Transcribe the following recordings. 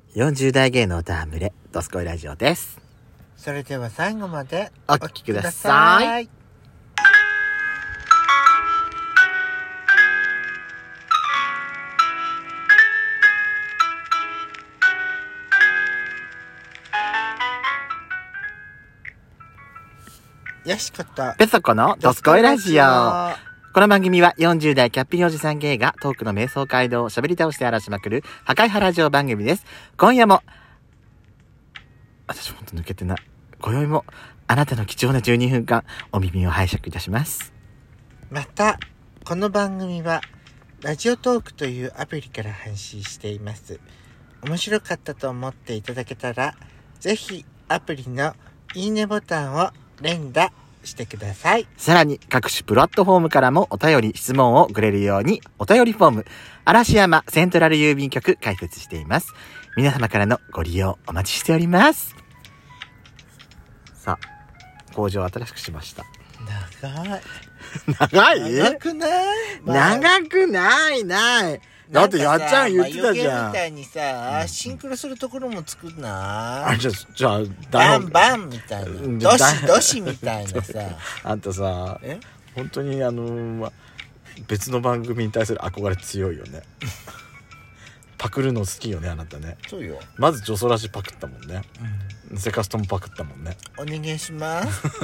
40代芸能戯れドスコイラジオです。 それでは最後までお聞きください。 よしことペソコのドスコイラジオ。この番組は40代キャッピリおじさん芸がトークの瞑想街道を喋り倒して荒らしまくる破壊派ラジオ番組です。今夜も私ほんと抜けてない。今宵もあなたの貴重な12分間お耳を拝借いたします。 またこの番組はラジオトークというアプリから配信しています。面白かったと思っていただけたらぜひアプリのいいねボタンを連打してください。 さらに各種プラットフォームからもお便り質問をくれるようにお便りフォーム嵐山セントラル郵便局開設しています。皆様からのご利用お待ちしております。さあ工場を新しくしました。 長い長くない、 長くないだってやっちゃん言ってたじゃん。 みたいにさ、シンクロするところも作んなじゃあバンバンみたいなドシドシみたいなさあんたさ本当に別の番組に対する憧れ強いよねパクるの好きよねあなたね。 そうよ。 まずジョソラジパクったもんね、セカストもパクったもんね。 お願いしますって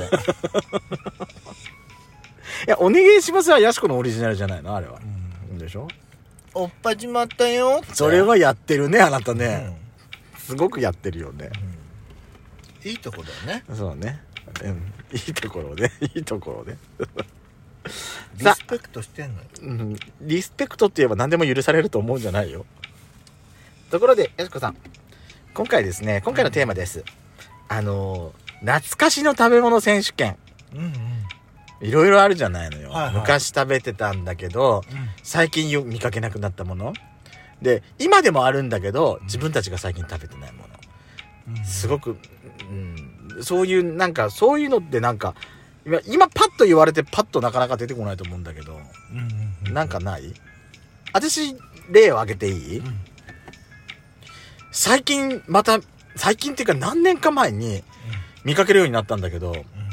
いやお願いしますはヤシコのオリジナルじゃないのあれは、でしょ。 おっぱじまったよって。 それはやってるねあなたね、すごくやってるよね、 いいとこだよね。 そうね、いいところでいいところでリスペクトしてんのよ、 リスペクトって言えば何でも許されると思うんじゃないよ。ところでやしこさん、今回のテーマです。懐かしの食べ物選手権、いろいろあるじゃないのよ、昔食べてたんだけど、最近見かけなくなったもので、今でもあるんだけど自分たちが最近食べてないもの、すごく、そういうそういうのって今パッと言われてパッとなかなか出てこないと思うんだけど、なんかない？私例を挙げていい？最近っていうか何年か前に見かけるようになったんだけど、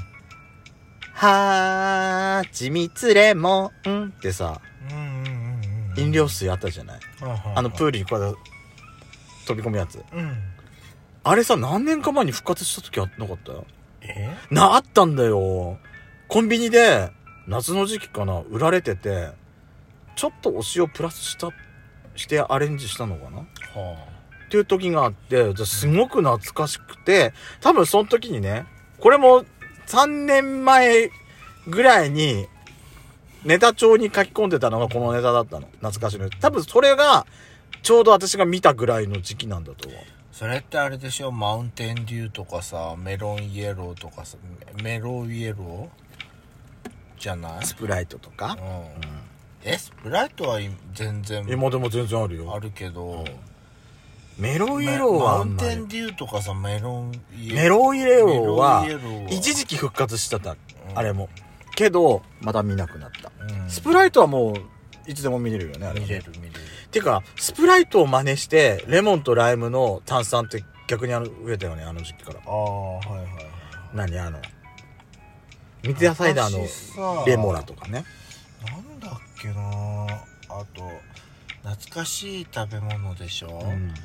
はちみつレモンってさ、飲料水あったじゃない、プールにこうやって飛び込むやつ、あれさ何年か前に復活した時あなかった？あったんだよ。コンビニで夏の時期かな売られてて、ちょっとお塩プラスしてアレンジしたのかな、っていう時があって、すごく懐かしくて、多分その時にね、これも3年前ぐらいにネタ帳に書き込んでたのがこのネタだったの。懐かしの。多分それがちょうど私が見たぐらいの時期なんだと思う。 それってあれでしょ、マウンテンデューとかさ、メロンイエローとかさ、メロンイエローじゃない？ スプライトとか、 スプライトは全然今でも全然あるよ。 あるけど、 メロンイエローはマウンテンデューとかさ、メロンイエローは一時期復活してた、あれもけどまだ見なくなった、スプライトはもういつでも見れるよねあれ。 見れるていうかスプライトを真似してレモンとライムの炭酸って逆に増えたよねあの時期から。何三ツ矢サイダーのレモラとかね。 なんだっけなあと懐かしい食べ物でしょ、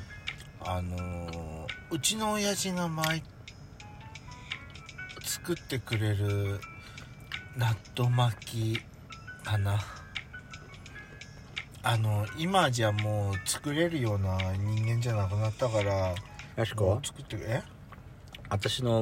うちの親父が作ってくれる納豆巻きかな。今じゃもう作れるような人間じゃなくなったから。 よしこ作って私の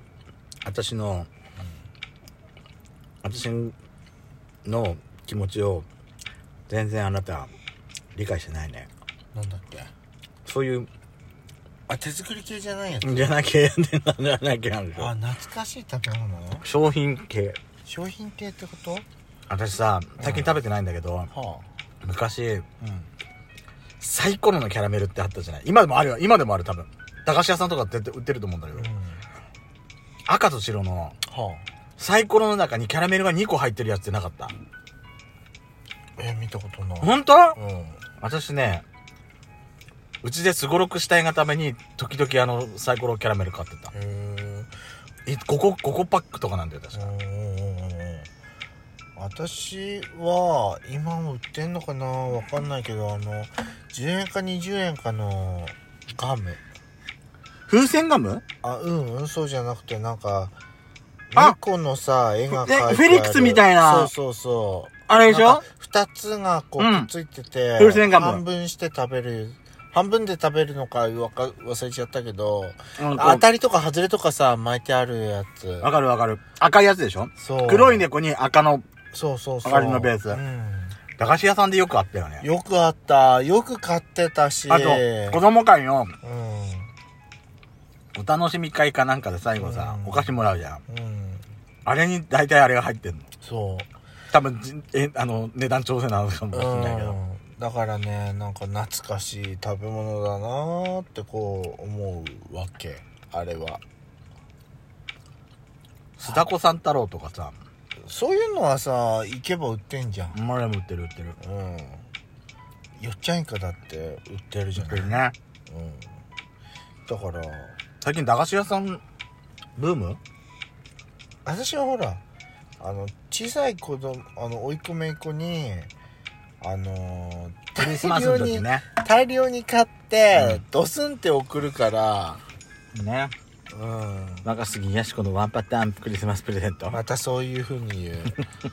気持ちを全然あなた理解してないね。 なんだっけ、 そういう手作り系じゃないやつじゃなきゃあるでしょ。 懐かしい食べ物、 商品系ってこと？ 私さ最近食べてないんだけど、昔、サイコロのキャラメルってあったじゃない。今でもあるよ。今でもある。多分駄菓子屋さんとかって売ってると思うんだけど、赤と白のサイコロの中にキャラメルが2個入ってるやつってなかった？ 見たことない。 本当？私ねうちですごろくしたいがために時々サイコロキャラメル買ってた。5個パックとかなんだよ確か。 私は今も売ってんのかなわかんないけど10円か20円かのガム。 風船ガム？ そうじゃなくてなんか猫のさ絵が描いてあるフェリックスみたいな。 そうあれでしょ ？2つがこうくっついてて、 風船ガム半分して食べる。半分で食べるのか忘れちゃったけど、当たりとか外れとかさ巻いてあるやつ。 わかる赤いやつでしょ。 そう黒い猫に赤のそう上がりのベース、駄菓子屋さんでよくあったよね。 よくあった。よく買ってたし、 あと子供会の、お楽しみ会かなんかで最後さ、お菓子もらうじゃん、あれに大体あれが入ってんの。 そう多分値段調整なのかもしれないけど、 だからねなんか懐かしい食べ物だなーってこう思うわけ。あれは須田子さん太郎とかさ、 そういうのはさ行けば売ってんじゃん。 まだ売ってるよっちゃんいかだって売ってるじゃん。 売ってるね。 だから最近駄菓子屋さんブーム？ 私はほら小さい子供甥っ子姪っ子にクリスマスの時ね大量に買って、ドスンって送るからね。若杉やし子のワンパターンクリスマスプレゼント。 またそういう風に言うてめえ本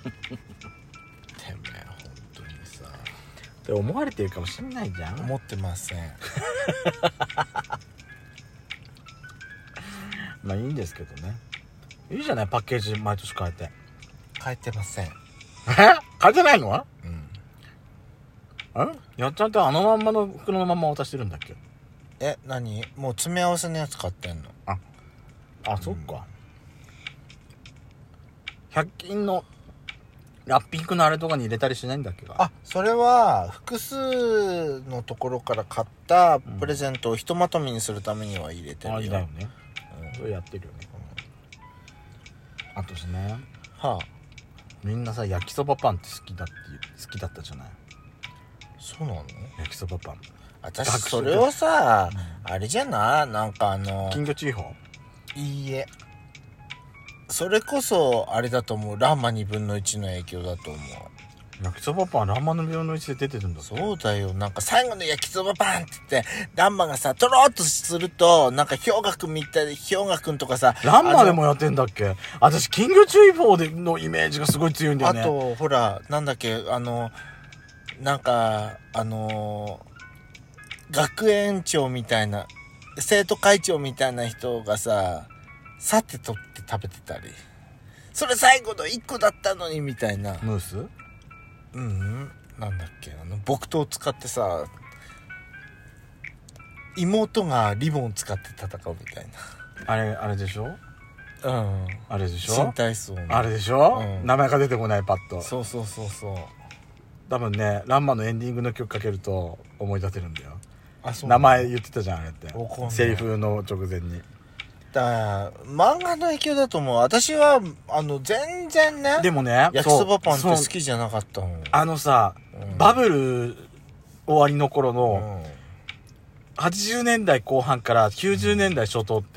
当にさって思われてるかもしんないじゃん。 思ってません。 まあいいんですけどね。いいじゃないパッケージ毎年変えて。 変えてません。 変えてないの？やっちゃんってあのまんまの袋のまま渡してるんだっけ？ 何？もう詰め合わせのやつ買ってんの？ そっか。100均のラッピングのあれとかに入れたりしないんだっけか？ それは複数のところから買ったプレゼントをひとまとめにするためには入れてるよ。 だよね。それやってるよね。あとね、みんなさ焼きそばパンって好きだったじゃない？ そうなの？ 焼きそばパン。 私それはさ、あれじゃない？なんか金魚注意報？ いいえ。それこそあれだと思う。ランマ2分の1の影響だと思う。 焼きそばパンランマの2分の1で出てるんだ。 そうだよ。なんか最後の焼きそばパンって言ってランマがさとろーっとするとなんか氷河くんみたいで氷河くんとかさランマでもやってんだっけ？私金魚注意報でのイメージがすごい強いんだよね。 あとほらなんだっけなんか学園長みたいな生徒会長みたいな人がささて取って食べてたり、それ最後の1個だったのにみたいな。 ムース？ なんだっけ木刀使ってさ妹がリボン使って戦うみたいな。 あれでしょ？あれでしょ？ 新体操のあれでしょ？名前が出てこないパッと。 そう多分ねランマのエンディングの曲かけると思い出せるんだよ。 そう名前言ってたじゃんあれってセリフの直前に。 だから漫画の影響だと思う。私は全然ねでもね焼きそばパンって好きじゃなかったもん。 バブル終わりの頃の、80年代後半から90年代初頭って、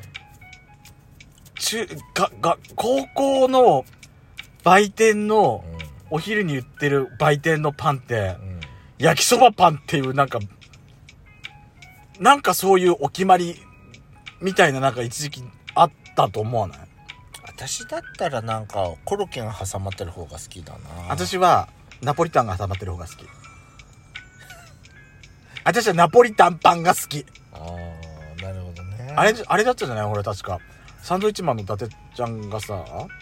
高校の売店の、お昼に売ってる売店のパンって、焼きそばパンっていうなんかそういうお決まりみたいななんか一時期あったと思わない？ 私だったらなんかコロッケが挟まってる方が好きだな。 私はナポリタンが挟まってる方が好き。私はナポリタンパンが好き。 なるほどね。 あれだったじゃない？ほら確かサンドイッチマンの伊達ちゃんがさ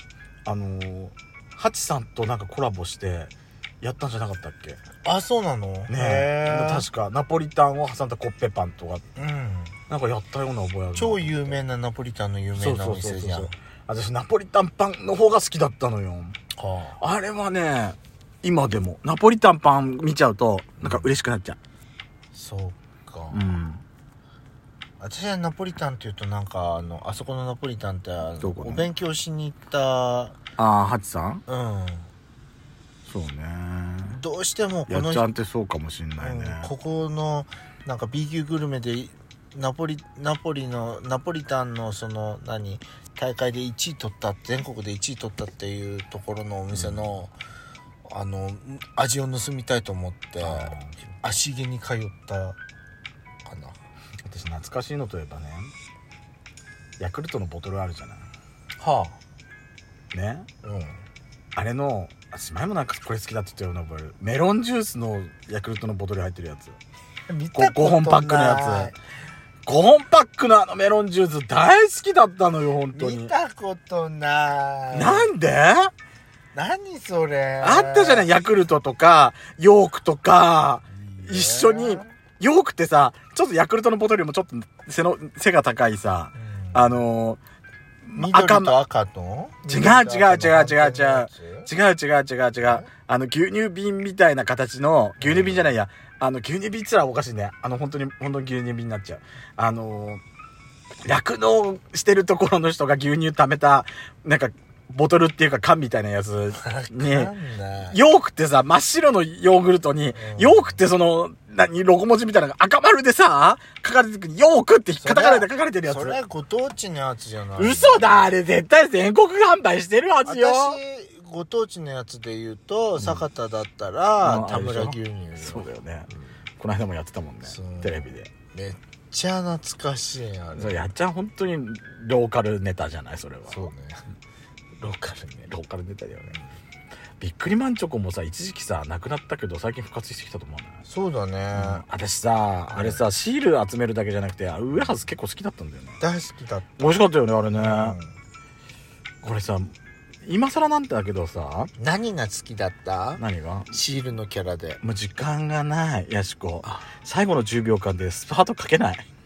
ハチさんとなんかコラボしてやったんじゃなかったっけ？ そうなの？ ね。確かナポリタンを挟んだコッペパンとか、なんかやったような覚えある。 超有名なナポリタンの有名なお店じゃん。 私ナポリタンパンの方が好きだったのよ。あれはね今でもナポリタンパン見ちゃうとなんか嬉しくなっちゃう。 そうか。私はナポリタンっていうとなんかあそこのナポリタンってお勉強しに行ったハチさん？そうね。 どうしてもやっちゃんってそうかもしんないね。 ここのなんか B 級グルメでナポリタンのその大会で1位取った全国で1位取ったっていうところのお店の、味を盗みたいと思って足毛に通ったかな。 私懐かしいのといえばね、ヤクルトのボトルあるじゃない。 はあね、あれの私前もなんかこれ好きだって言ったような覚える。メロンジュースのヤクルトのボトル入ってるやつ、 見たことない。5 本パックのやつ、5本パックのメロンジュース大好きだったのよ本当に。 見たことない。 なんで？ 何それ。 あったじゃない、ヤクルトとかヨークとか一緒に。ヨークってさ、ちょっとヤクルトのボトルよりもちょっと背が高いさ、 緑と赤と違う、牛乳瓶みたいな形の、牛乳瓶じゃないや、牛乳瓶って言ったらおかしいね。本当に牛乳瓶になっちゃう。酪農してるところの人が牛乳溜めた、なんか、ボトルっていうか缶みたいなやつに、ヨークってさ、真っ白のヨーグルトに、ヨークってその、ロゴ文字みたいなのが赤丸でさ、書かれてる、ヨークってカタカナで書かれてるやつ。 それご当地のやつじゃない。 嘘だ、あれ絶対全国販売してるはずよ。 私、ご当地のやつで言うと、酒田だったら、田村牛乳。 そうだよね。この間もやってたもんね、テレビで。 めっちゃ懐かしい、あれ。 やっちゃん本当にローカルネタじゃない、それは。 そうね。ローカルネタだよね。 ビックリマンチョコもさ、一時期さなくなったけど最近復活してきたと思うね。 そうだね、 私さ、あれさ、シール集めるだけじゃなくてウエハース結構好きだったんだよね。 大好きだった。 美味しかったよねあれね、これさ今更なんだけどさ、 何が好きだった？ 何が？ シールのキャラで。 もう時間がない、ヤシコ。最後の10秒間でスパートかけない。